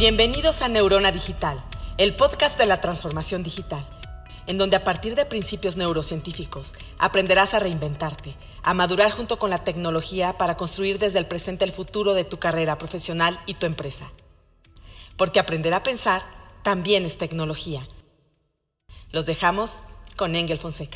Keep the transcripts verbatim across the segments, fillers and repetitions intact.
Bienvenidos a Neurona Digital, el podcast de la transformación digital, en donde a partir de principios neurocientíficos aprenderás a reinventarte, a madurar junto con la tecnología para construir desde el presente el futuro de tu carrera profesional y tu empresa. Porque aprender a pensar también es tecnología. Los dejamos con Engel Fonseca.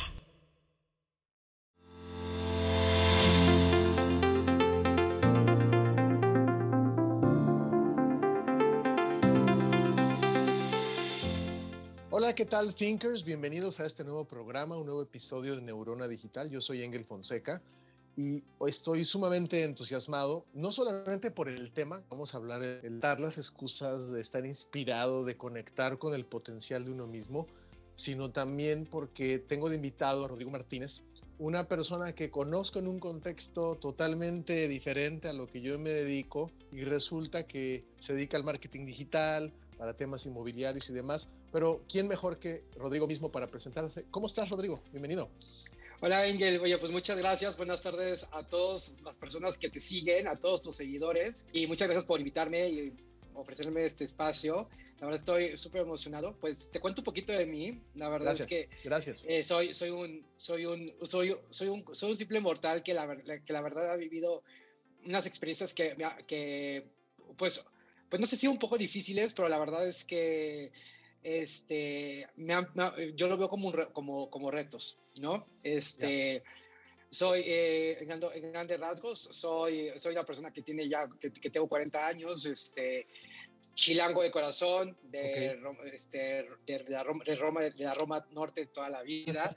Hola, ¿qué tal, Thinkers? Bienvenidos a este nuevo programa, un nuevo episodio de Neurona Digital. Yo soy Engel Fonseca y estoy sumamente entusiasmado, no solamente por el tema, vamos a hablar de dar las excusas de estar inspirado, de conectar con el potencial de uno mismo, sino también porque tengo de invitado a Rodrigo Martínez, una persona que conozco en un contexto totalmente diferente a lo que yo me dedico y resulta que se dedica al marketing digital, para temas inmobiliarios y demás, pero ¿quién mejor que Rodrigo mismo para presentarse? ¿Cómo estás, Rodrigo? Bienvenido. Hola, Engel. Oye, pues muchas gracias. Buenas tardes a todas las personas que te siguen, a todos tus seguidores, y muchas gracias por invitarme y ofrecerme este espacio. La verdad estoy súper emocionado. Pues te cuento un poquito de mí. La verdad gracias, es que gracias. Eh, soy, soy, un, soy, un, soy, soy, un, soy un simple mortal que la, que la verdad ha vivido unas experiencias que, que pues, pues no sé si un poco difíciles, pero la verdad es que este, me han, me, yo lo veo como, un, como, como retos, ¿no? Este, yeah. Soy, eh, en, en grandes rasgos, soy, soy una persona que tiene ya, que, que tengo cuarenta años, este, chilango de corazón, de, okay. este, de, de, la Roma, de, Roma, de la Roma Norte toda la vida,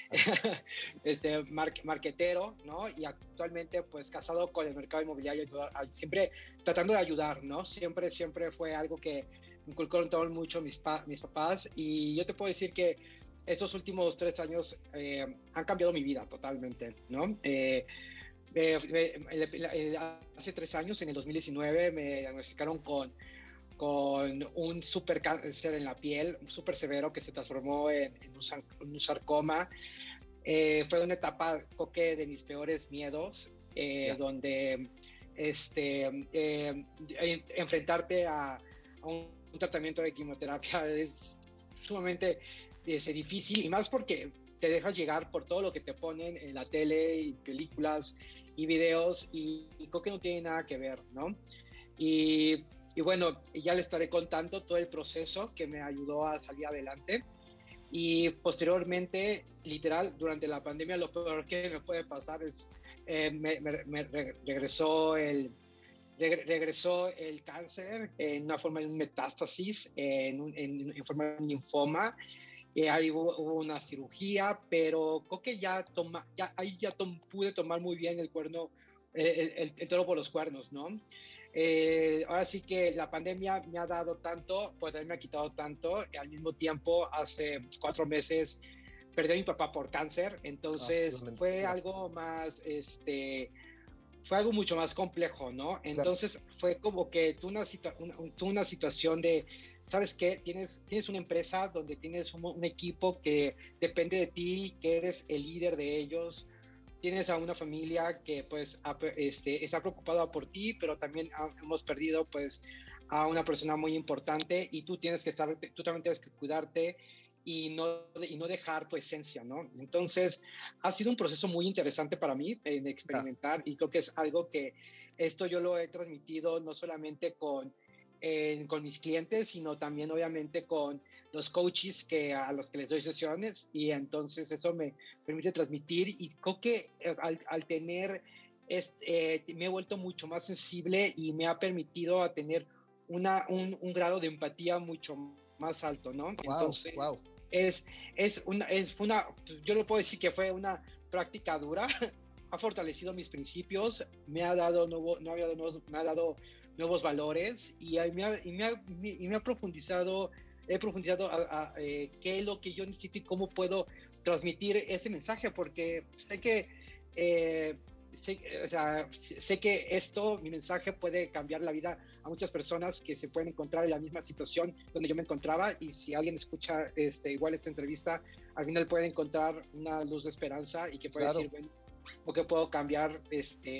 este, mar, marquetero, ¿no? Y actualmente, pues, casado con el mercado inmobiliario, y todo, siempre tratando de ayudar, ¿no? Siempre, siempre fue algo que me inculcaron mucho mis, pa, mis papás, y yo te puedo decir que estos últimos tres años eh, han cambiado mi vida totalmente, ¿no? Eh, eh, eh, hace tres años, en el dos mil diecinueve, me diagnosticaron con con un súper cáncer en la piel, súper severo, que se transformó en, en, un, en un sarcoma. Eh, fue una etapa, creo que, de mis peores miedos, eh, yeah. donde este, eh, enfrentarte a, a un, un tratamiento de quimioterapia es sumamente es, difícil, y más porque te dejas llegar por todo lo que te ponen en la tele y películas y videos, y, y creo que no tiene nada que ver, ¿no? Y Y bueno, ya les estaré contando todo el proceso que me ayudó a salir adelante. Y posteriormente, literal, durante la pandemia, lo peor que me puede pasar es, eh, me, me, me regresó el, regresó el cáncer en una forma de un metástasis, en, un, en, en forma de un linfoma. Eh, ahí hubo, hubo una cirugía, pero creo que ya, toma, ya ahí ya tom, pude tomar muy bien el cuerno, el, el, el toro por los cuernos, ¿no? Eh, ahora sí que la pandemia me ha dado tanto, pues también me ha quitado tanto. Al mismo tiempo, hace cuatro meses perdí a mi papá por cáncer, entonces ah, fue claro. algo más, este, fue algo mucho más complejo, ¿no? Entonces claro. fue como que tú una, situa una, una situación de, ¿sabes qué? Tienes, tienes una empresa donde tienes un, un equipo que depende de ti, que eres el líder de ellos. Tienes a una familia que pues este, está preocupada por ti, pero también hemos perdido pues a una persona muy importante, y tú tienes que estar, tú también tienes que cuidarte y no, y no dejar tu esencia, ¿no? Entonces ha sido un proceso muy interesante para mí en experimentar, y creo que es algo que esto yo lo he transmitido no solamente con, eh, con mis clientes, sino también obviamente con los coaches que, a los que les doy sesiones, y entonces eso me permite transmitir, y creo que al, al tener, este, eh, me he vuelto mucho más sensible y me ha permitido a tener una, un, un grado de empatía mucho más alto, ¿no? Wow, entonces, wow. Es, es, una, es una, yo le puedo decir que fue una práctica dura, ha fortalecido mis principios, me ha dado, nuevo, no había nuevos, me ha dado nuevos valores, y me ha, y me ha, y me ha profundizado he profundizado a, a eh, qué es lo que yo necesito y cómo puedo transmitir ese mensaje, porque sé que, eh, sé, o sea, sé que esto, mi mensaje, puede cambiar la vida a muchas personas que se pueden encontrar en la misma situación donde yo me encontraba, y si alguien escucha este, igual esta entrevista, al final puede encontrar una luz de esperanza, y que puede claro. decir, bueno, o que puedo cambiar este,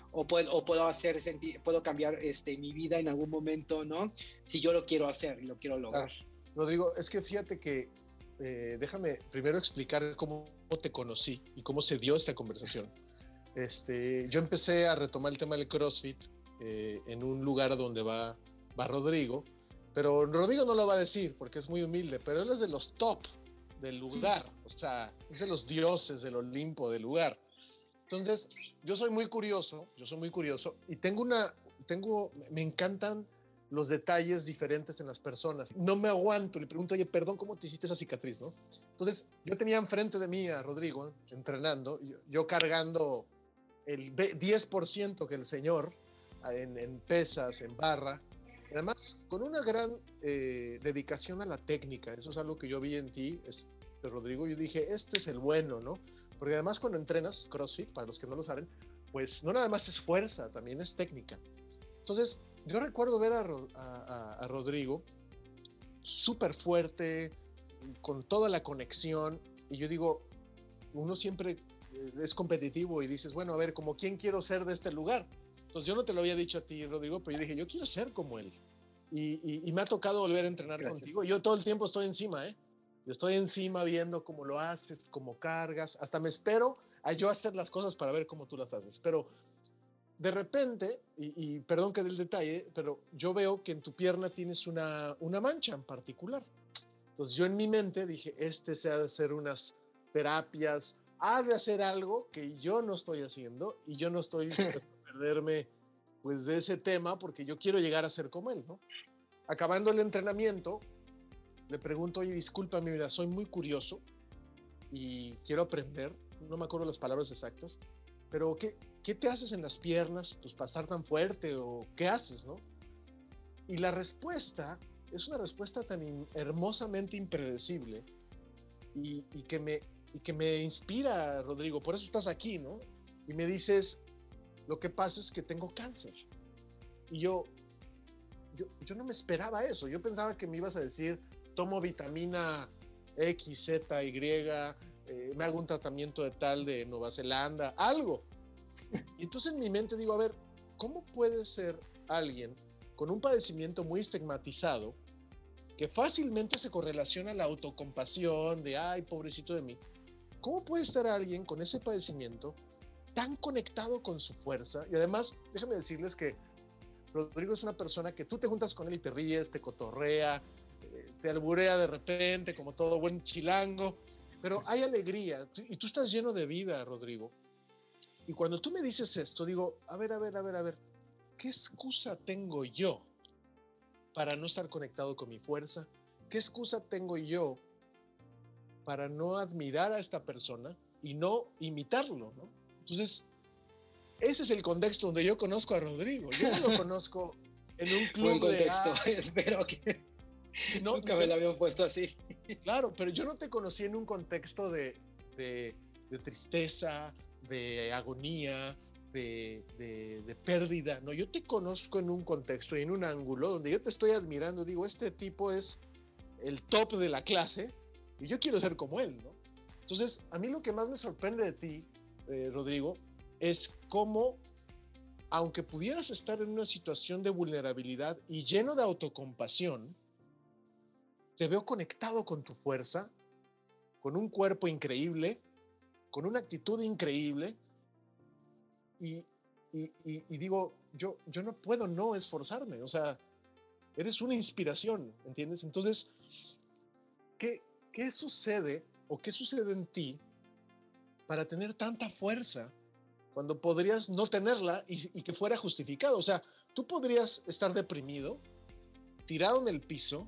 o puedo, o puedo hacer sentir, puedo cambiar este, mi vida en algún momento, ¿no? Si yo lo quiero hacer y lo quiero lograr. Claro. Rodrigo, es que fíjate que eh, déjame primero explicar cómo te conocí y cómo se dio esta conversación. Este, yo empecé a retomar el tema del CrossFit eh, en un lugar donde va, va Rodrigo, pero Rodrigo no lo va a decir porque es muy humilde, pero él es de los top del lugar, o sea, es de los dioses del Olimpo del lugar. Entonces, yo soy muy curioso, yo soy muy curioso y tengo una, tengo, me encantan los detalles diferentes en las personas. No me aguanto, le pregunto, oye, perdón, ¿cómo te hiciste esa cicatriz, no? Entonces, yo tenía enfrente de mí a Rodrigo, entrenando, yo, yo cargando el diez por ciento que el señor, en, en pesas, en barra, además, con una gran eh, dedicación a la técnica. Eso es algo que yo vi en ti, este, Rodrigo, yo dije, este es el bueno, ¿no? Porque además cuando entrenas CrossFit, para los que no lo saben, pues no nada más es fuerza, también es técnica. Entonces, yo recuerdo ver a, a, a Rodrigo súper fuerte, con toda la conexión, y yo digo, uno siempre es competitivo y dices, bueno, a ver, ¿como quién quiero ser de este lugar? Entonces yo no te lo había dicho a ti, Rodrigo, pero yo dije, yo quiero ser como él. Y, y, y me ha tocado volver a entrenar Gracias. Contigo. Yo todo el tiempo estoy encima, ¿eh? Yo estoy encima viendo cómo lo haces, cómo cargas, hasta me espero a yo hacer las cosas para ver cómo tú las haces. Pero de repente, y, y perdón que dé el detalle, pero yo veo que en tu pierna tienes una, una mancha en particular. Entonces yo en mi mente dije, este se ha de hacer unas terapias, ha de hacer algo que yo no estoy haciendo y yo no estoy dispuesto a perderme pues, de ese tema porque yo quiero llegar a ser como él, ¿no? Acabando el entrenamiento, le pregunto, oye, discúlpame, mira, soy muy curioso y quiero aprender, no me acuerdo las palabras exactas, pero ¿qué, qué te haces en las piernas pues, para estar tan fuerte o qué haces, no? Y la respuesta es una respuesta tan in, hermosamente impredecible y, y, que me, y que me inspira, Rodrigo, por eso estás aquí, ¿no? Y me dices, lo que pasa es que tengo cáncer. Y yo, yo, yo no me esperaba eso, yo pensaba que me ibas a decir, tomo vitamina X, Z, Y, eh, me hago un tratamiento de tal de Nueva Zelanda, algo. Y entonces en mi mente digo, a ver, ¿cómo puede ser alguien con un padecimiento muy estigmatizado que fácilmente se correlaciona a la autocompasión de, ay, pobrecito de mí? ¿Cómo puede estar alguien con ese padecimiento tan conectado con su fuerza? Y además, déjame decirles que Rodrigo es una persona que tú te juntas con él y te ríes, te cotorrea, te alburea de repente, como todo buen chilango, pero hay alegría, y tú estás lleno de vida, Rodrigo. Y cuando tú me dices esto, digo, a ver, a ver, a ver, a ver, ¿qué excusa tengo yo para no estar conectado con mi fuerza? ¿Qué excusa tengo yo para no admirar a esta persona y no imitarlo, ¿no? Entonces, ese es el contexto donde yo conozco a Rodrigo. Yo no lo conozco en un club Buen contexto, de... ah, espero que... No, Nunca me lo habían puesto así. Claro, pero yo no te conocí en un contexto de, de, de tristeza, de agonía, de, de, de pérdida. No, yo te conozco en un contexto y en un ángulo donde yo te estoy admirando. Digo, este tipo es el top de la clase y yo quiero ser como él, ¿no? Entonces, a mí lo que más me sorprende de ti, eh, Rodrigo, es cómo, aunque pudieras estar en una situación de vulnerabilidad y lleno de autocompasión, te veo conectado con tu fuerza, con un cuerpo increíble, con una actitud increíble y, y, y, y digo, yo, yo no puedo no esforzarme, o sea, eres una inspiración, ¿entiendes? Entonces, ¿qué, qué sucede o qué sucede en ti para tener tanta fuerza cuando podrías no tenerla y, y que fuera justificado? O sea, tú podrías estar deprimido, tirado en el piso,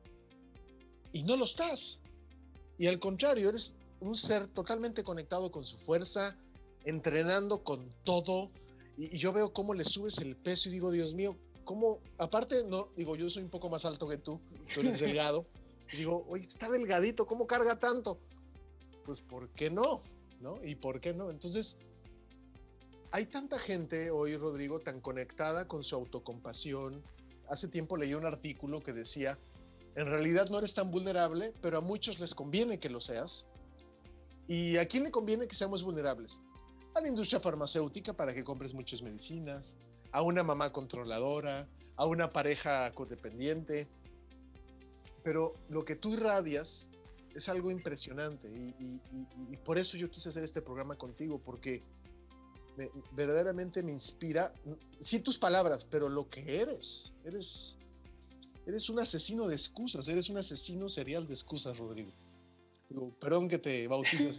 y no lo estás. Y al contrario, eres un ser totalmente conectado con su fuerza, entrenando con todo. Y, y yo veo cómo le subes el peso y digo, Dios mío, cómo, aparte, no, digo, yo soy un poco más alto que tú, tú eres delgado. Y digo, oye, está delgadito, ¿cómo carga tanto? Pues, ¿por qué no? ¿No? ¿Y por qué no? Entonces, hay tanta gente hoy, Rodrigo, tan conectada con su autocompasión. Hace tiempo leí un artículo que decía, en realidad no eres tan vulnerable, pero a muchos les conviene que lo seas. ¿Y a quién le conviene que seamos vulnerables? a la industria farmacéutica para que compres muchas medicinas, a una mamá controladora, a una pareja codependiente. Pero lo que tú irradias es algo impresionante y, y, y, y por eso yo quise hacer este programa contigo, porque me, verdaderamente me inspira, sí tus palabras, pero lo que eres, eres, eres un asesino de excusas, eres un asesino serial de excusas, Rodrigo. Digo, perdón que te bautices.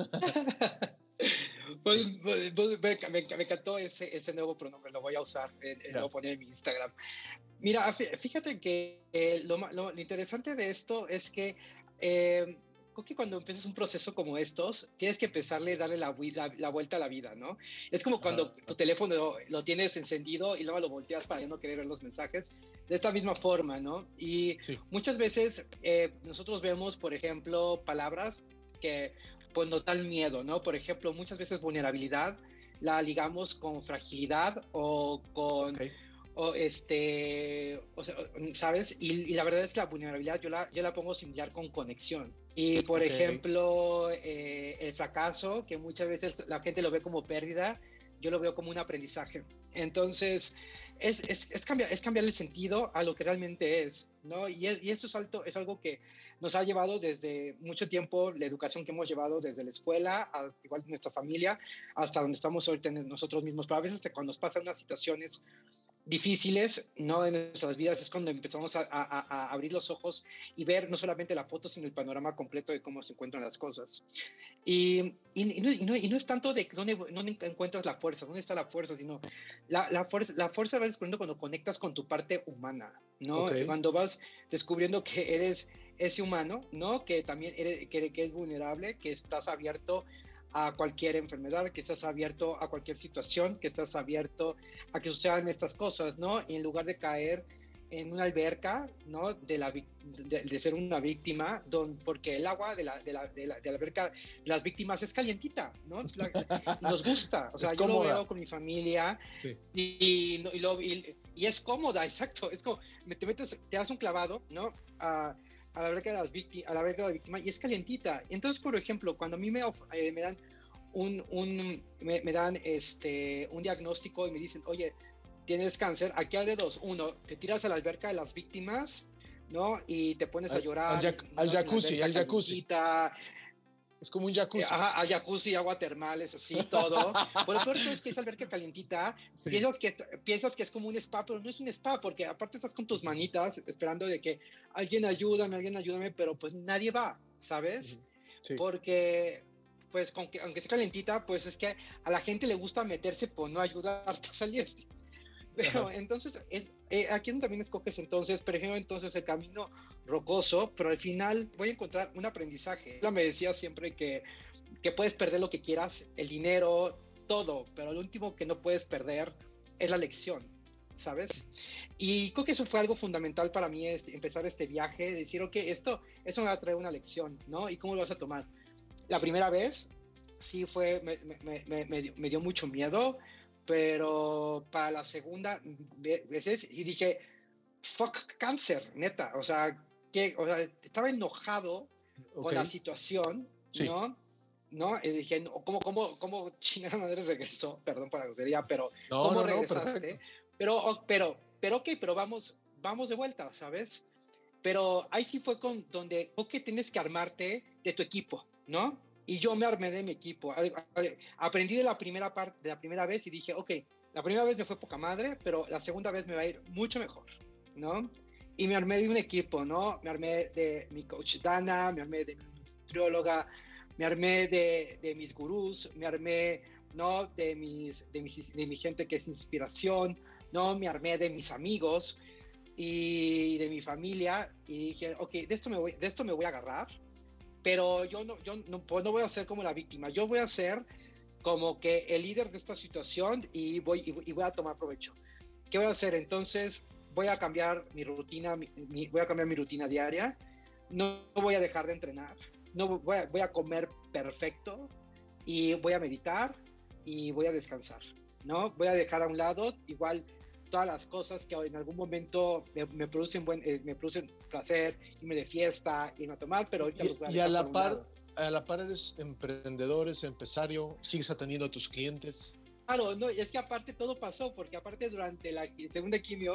Pues, pues, pues, me, me, me encantó ese, ese nuevo pronombre, lo voy a usar, eh, lo voy a poner en mi Instagram. Mira, fíjate que eh, lo, lo, lo interesante de esto es que eh, creo que cuando empiezas un proceso como estos, tienes que empezarle a darle la, la, la vuelta a la vida, ¿no? Es como cuando Ajá. tu teléfono lo, lo tienes encendido y luego lo volteas para ya no querer ver los mensajes, de esta misma forma, ¿no? Y sí. muchas veces eh, nosotros vemos, por ejemplo, palabras que pues, nos dan miedo, ¿no? Por ejemplo, muchas veces vulnerabilidad la ligamos con fragilidad o con... Okay. O este, o sea, ¿sabes? Y, y la verdad es que la vulnerabilidad yo la, yo la pongo similar con conexión. Y por okay. ejemplo, eh, el fracaso, que muchas veces la gente lo ve como pérdida, yo lo veo como un aprendizaje. Entonces, es, es, es, cambiar, es cambiar el sentido a lo que realmente es, ¿no? Y, es, y eso es, alto, es algo que nos ha llevado desde mucho tiempo, la educación que hemos llevado desde la escuela, a, igual nuestra familia, hasta donde estamos ahorita nosotros mismos. Pero a veces cuando nos pasan unas situaciones difíciles, ¿no? En nuestras vidas es cuando empezamos a, a, a abrir los ojos y ver no solamente la foto, sino el panorama completo de cómo se encuentran las cosas. Y, y, y, no, y, no, y no es tanto de dónde, dónde encuentras la fuerza, dónde está la fuerza, sino la, la fuerza, la fuerza vas descubriendo cuando conectas con tu parte humana, ¿no? Okay. Cuando vas descubriendo que eres ese humano, ¿no? Que también eres, que, que es vulnerable, que estás abierto a cualquier enfermedad, que estás abierto a cualquier situación, que estás abierto a que sucedan estas cosas, ¿no? Y en lugar de caer en una alberca, ¿no? De, la, de, de ser una víctima, don, porque el agua de la, de, la, de, la, de la alberca de las víctimas es calientita, ¿no? La, y nos gusta, o sea, es yo cómoda. Lo veo con mi familia sí. y, y, y, lo, y, y es cómoda, exacto, es como, te metes, te das un clavado, ¿no? A, a la alberca de las víctimas, a la alberca de la víctima y es calientita. Entonces, por ejemplo, cuando a mí me, eh, me dan un, un me, me dan este un diagnóstico y me dicen, oye, tienes cáncer, aquí hay de dos. Uno, te tiras a la alberca de las víctimas, ¿no? Y te pones a llorar. Al, al, al jacuzzi, al jacuzzi. Es como un jacuzzi. Ajá, al jacuzzi, agua termal, eso sí, todo. Pero lo peor es que esa alberca calientita, sí. piensas, que, piensas que es como un spa, pero no es un spa, porque aparte estás con tus manitas esperando de que alguien ayúdame, alguien ayúdame, pero pues nadie va, ¿sabes? Sí. Porque, pues, con que, aunque esté calentita, pues es que a la gente le gusta meterse por no ayudarte a salir. Pero Ajá. entonces, es, eh, aquí también escoges entonces, prefiero entonces el camino rocoso, pero al final voy a encontrar un aprendizaje. Ella me decía siempre que, que puedes perder lo que quieras, el dinero, todo, pero lo último que no puedes perder es la lección, ¿sabes? Y creo que eso fue algo fundamental para mí, este, empezar este viaje, decir, ok, esto, eso me va a traer una lección, ¿no? ¿Y cómo lo vas a tomar? La primera vez, sí fue, me, me, me, me, me dio mucho miedo, pero para la segunda veces y dije, fuck cáncer, neta, o sea, que, o sea estaba enojado okay. con la situación, sí. ¿no? ¿no? Y dije, no, ¿cómo, cómo, cómo chingada madre regresó? Perdón por la grosería, pero no, ¿cómo no, regresaste? No, pero, pero, pero, ok, pero vamos, vamos de vuelta, ¿sabes? Pero ahí sí fue con donde, ok, tienes que armarte de tu equipo, ¿no? Y yo me armé de mi equipo. Aprendí de la primera parte, de la primera vez y dije, ok, la primera vez me fue poca madre, pero la segunda vez me va a ir mucho mejor, ¿no? Y me armé de un equipo, ¿no? Me armé de mi coach Dana, me armé de mi nutrióloga, me armé de, de mis gurús, me armé, ¿no? De, mis, de, mis, de mi gente que es inspiración, ¿no? Me armé de mis amigos y de mi familia y dije, ok, de esto me voy, de esto me voy a agarrar. Pero yo no, yo no, pues no voy a ser como la víctima, yo voy a ser como que el líder de esta situación y voy, y, y voy a tomar provecho. ¿Qué voy a hacer? Entonces voy a cambiar mi rutina, mi, mi, voy a cambiar mi rutina diaria, no, no voy a dejar de entrenar, no voy a, voy a comer perfecto y voy a meditar y voy a descansar, ¿no? Voy a dejar a un lado igual todas las cosas que en algún momento me, me producen buen, eh, me producen placer, irme de fiesta, irme a tomar, pero ahorita y, los voy a y a la por par un lado. a la par eres emprendedor, eres empresario, sigues atendiendo a tus clientes. Claro, no, es que aparte todo pasó, porque aparte durante la segunda quimio,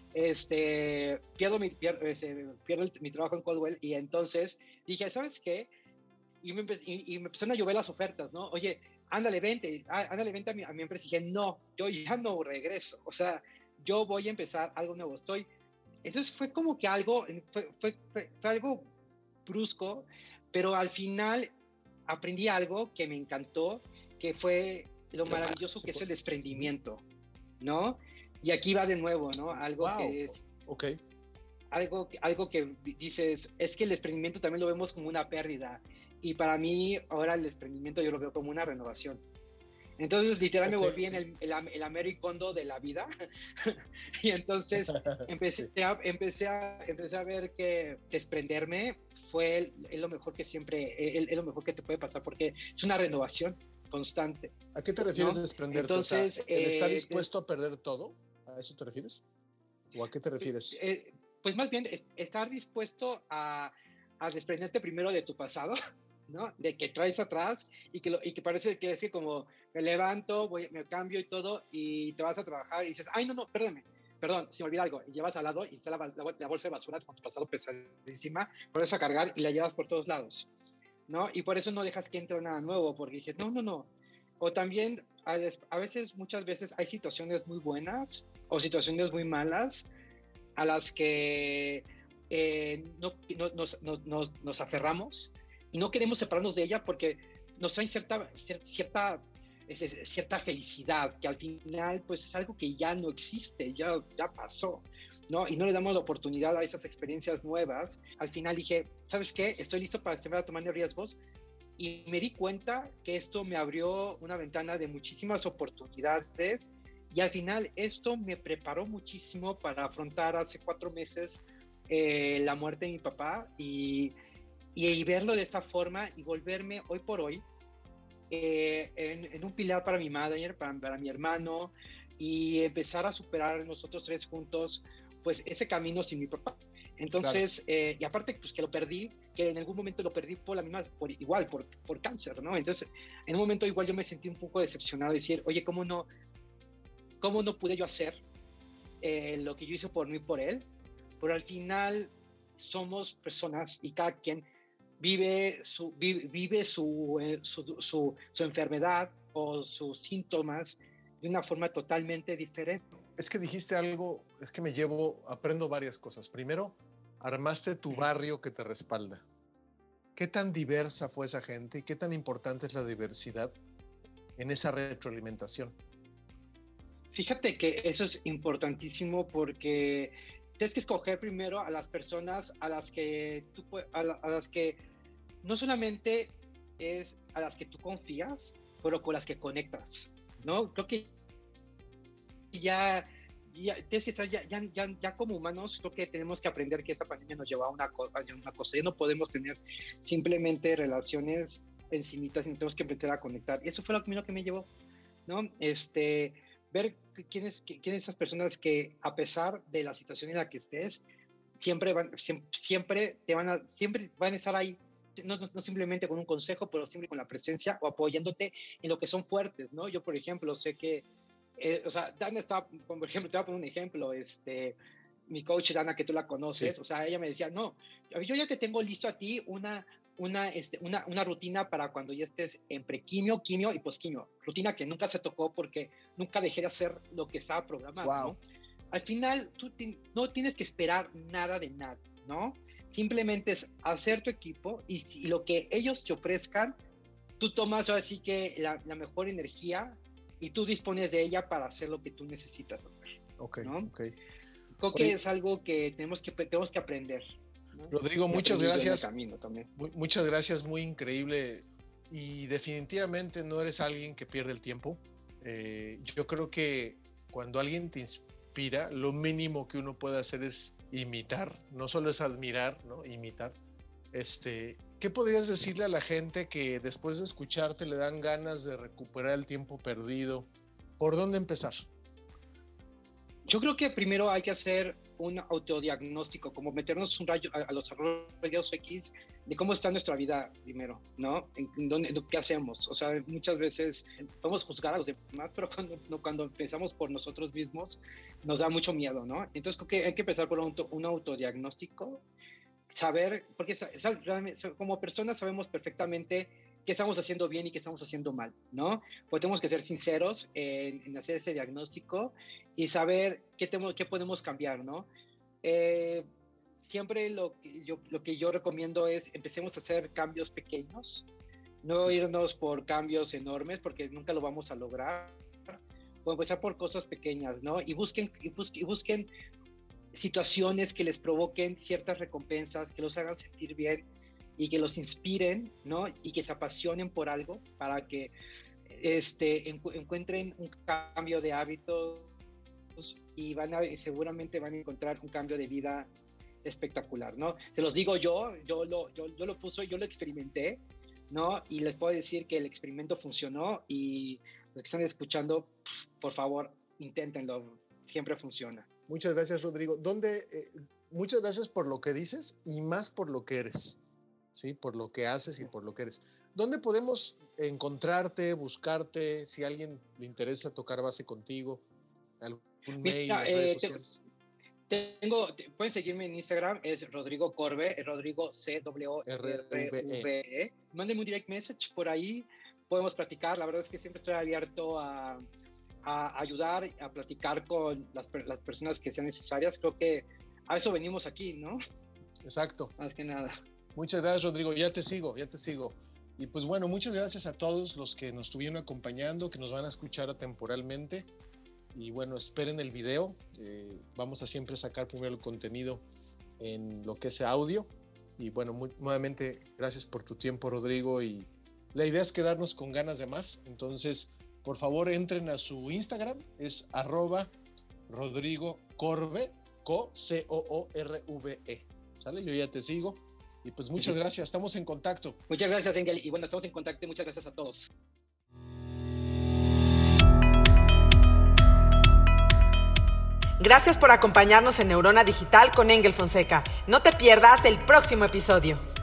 este, pierdo, mi, pierdo, este, pierdo mi trabajo en Coldwell y entonces dije, ¿sabes qué? Y me, y, y me empezaron a llover las ofertas, ¿no? Oye, ándale, vente, ándale, vente a mi, a mi empresa. Y dije, no, yo ya no regreso, o sea, yo voy a empezar algo nuevo, estoy... Entonces fue como que algo, fue, fue, fue, fue algo brusco, pero al final aprendí algo que me encantó, que fue lo maravilloso que es el desprendimiento, ¿no? Y aquí va de nuevo, ¿no? Algo wow. que es... Ok. Algo, algo que dices, es que el desprendimiento también lo vemos como una pérdida. Y para mí, ahora el desprendimiento yo lo veo como una renovación. Entonces, literal, okay. me volví en el, el, el Americondo de la vida. Y entonces empecé a, empecé, a, empecé a ver que desprenderme fue el, el lo mejor que siempre, el, el lo mejor que te puede pasar, porque es una renovación constante. ¿A qué te refieres ¿no? desprenderte? Entonces, o sea, ¿el ¿está eh, dispuesto eh, a perder todo? ¿A eso te refieres? ¿O a qué te refieres? Eh, pues más bien, estar dispuesto a, a desprenderte primero de tu pasado, ¿no? De que traes atrás y que, lo, y que parece que es que como me levanto, voy, me cambio y todo, y te vas a trabajar y dices, ay, no, no, perdóname, perdón, se me olvida algo, y llevas al lado y está la, la, la bolsa de basura con tu pasado pesadísima, pones a cargar y la llevas por todos lados, ¿no? Y por eso no dejas que entre nada nuevo, porque dices, no, no, no. O también, a, a veces, muchas veces hay situaciones muy buenas o situaciones muy malas a las que eh, no, no, nos, no, nos, nos aferramos y no queremos separarnos de ella porque nos traen cierta, cierta, cierta felicidad, que al final pues es algo que ya no existe, ya, ya pasó, ¿no? Y no le damos la oportunidad a esas experiencias nuevas. Al final dije, ¿sabes qué? Estoy listo para empezar a tomar riesgos, y me di cuenta que esto me abrió una ventana de muchísimas oportunidades, y al final esto me preparó muchísimo para afrontar hace cuatro meses eh, la muerte de mi papá y, y, y verlo de esta forma y volverme hoy por hoy eh, en, en un pilar para mi madre, para, para mi hermano, y empezar a superar nosotros tres juntos pues ese camino sin mi papá. Entonces, claro. eh, y aparte, pues que lo perdí, que en algún momento lo perdí por la misma, por igual, por, por cáncer, ¿no? Entonces, en un momento igual yo me sentí un poco decepcionado, decir, oye, ¿cómo no, cómo no pude yo hacer eh, lo que yo hice por mí, por él? Pero al final somos personas y cada quien vive su, vive, vive su, eh, su, su, su enfermedad o sus síntomas de una forma totalmente diferente. Es que dijiste algo, es que me llevo, aprendo varias cosas. Primero, armaste tu barrio que te respalda. ¿Qué tan diversa fue esa gente y qué tan importante es la diversidad en esa retroalimentación? Fíjate que eso es importantísimo porque tienes que escoger primero a las personas a las que tú, a, la, a las que no solamente es a las que tú confías, pero con las que conectas, ¿no? Creo que ya, ya, tienes que estar ya, ya, ya, ya como humanos, creo que tenemos que aprender que esta pandemia nos lleva a una, a una cosa. Ya no podemos tener simplemente relaciones encimitas, sino tenemos que empezar a conectar. Y eso fue lo que, lo que me llevó, ¿no? Este, ver quiénes quién esas personas que, a pesar de la situación en la que estés, siempre van, siempre, siempre te van a, siempre van a estar ahí. No, no, no simplemente con un consejo, pero siempre con la presencia o apoyándote en lo que son fuertes, ¿no? Yo, por ejemplo, sé que Eh, o sea, Dana estaba, por ejemplo, te voy a poner un ejemplo, este, mi coach Dana, que tú la conoces, sí. O sea, ella me decía, no, yo ya te tengo listo a ti una, una, este, una, una rutina para cuando ya estés en prequimio, quimio y posquimio, rutina que nunca se tocó porque nunca dejé de hacer lo que estaba programado, wow. ¿no? Al final, tú ti, no tienes que esperar nada de nada, ¿no? Simplemente es hacer tu equipo y, y lo que ellos te ofrezcan, tú tomas así que la, la mejor energía y tú dispones de ella para hacer lo que tú necesitas hacer. Ok, ¿no? ok. Creo que Oye, es algo que tenemos que, tenemos que aprender, ¿no? Rodrigo, muchas gracias. Camino también. Muchas gracias, muy increíble. Y definitivamente no eres alguien que pierde el tiempo. Eh, yo creo que cuando alguien te inspira, lo mínimo que uno puede hacer es imitar. No solo es admirar, ¿no? Imitar. Este... ¿Qué podrías decirle a la gente que después de escucharte le dan ganas de recuperar el tiempo perdido? ¿Por dónde empezar? Yo creo que primero hay que hacer un autodiagnóstico, como meternos un rayo a, a los rayos X de cómo está nuestra vida primero, ¿no? En, en dónde, en qué hacemos. O sea, muchas veces podemos juzgar a los demás, pero cuando, no, cuando empezamos por nosotros mismos nos da mucho miedo, ¿no? Entonces creo que hay que empezar por un, un autodiagnóstico, saber, porque como personas sabemos perfectamente qué estamos haciendo bien y qué estamos haciendo mal, ¿no? Pues tenemos que ser sinceros en, en hacer ese diagnóstico y saber qué, tenemos, qué podemos cambiar, ¿no? Eh, siempre lo que, yo, lo que yo recomiendo es empecemos a hacer cambios pequeños, no irnos por cambios enormes porque nunca lo vamos a lograr. O empezar por cosas pequeñas, ¿no? Y busquen, y busquen, y busquen situaciones que les provoquen ciertas recompensas, que los hagan sentir bien y que los inspiren, ¿no? Y que se apasionen por algo para que este, encu- encuentren un cambio de hábitos y van a, seguramente van a encontrar un cambio de vida espectacular, ¿no? Se los digo yo, yo lo, yo, yo lo puse, yo lo experimenté, ¿no? Y les puedo decir que el experimento funcionó y los que están escuchando, por favor, inténtenlo, siempre funciona. Muchas gracias, Rodrigo. ¿Dónde, eh, muchas gracias por lo que dices y más por lo que eres, ¿sí? Por lo que haces y por lo que eres. ¿Dónde podemos encontrarte, buscarte, si a alguien le interesa tocar base contigo? ¿Algún mail, Mira, redes eh, sociales? Tengo, pueden seguirme en Instagram, es Rodrigo Corbe, Rodrigo C W O R V E. Mándenme un direct message por ahí, podemos platicar. La verdad es que siempre estoy abierto a, a ayudar, a platicar con las, las personas que sean necesarias. Creo que a eso venimos aquí, ¿no? Exacto. Más que nada. Muchas gracias, Rodrigo. Ya te sigo, ya te sigo. Y pues bueno, muchas gracias a todos los que nos estuvieron acompañando, que nos van a escuchar temporalmente. Y bueno, esperen el video. Eh, vamos a siempre sacar primero el contenido en lo que es audio. Y bueno, muy, nuevamente, gracias por tu tiempo, Rodrigo. Y la idea es quedarnos con ganas de más. Entonces, por favor, entren a su Instagram. Es arroba Rodrigo Corbe, C O O R V E. ¿Sale? Yo ya te sigo. Y pues muchas gracias. Estamos en contacto. Muchas gracias, Engel. Y bueno, estamos en contacto. Muchas gracias a todos. Gracias por acompañarnos en Neurona Digital con Engel Fonseca. No te pierdas el próximo episodio.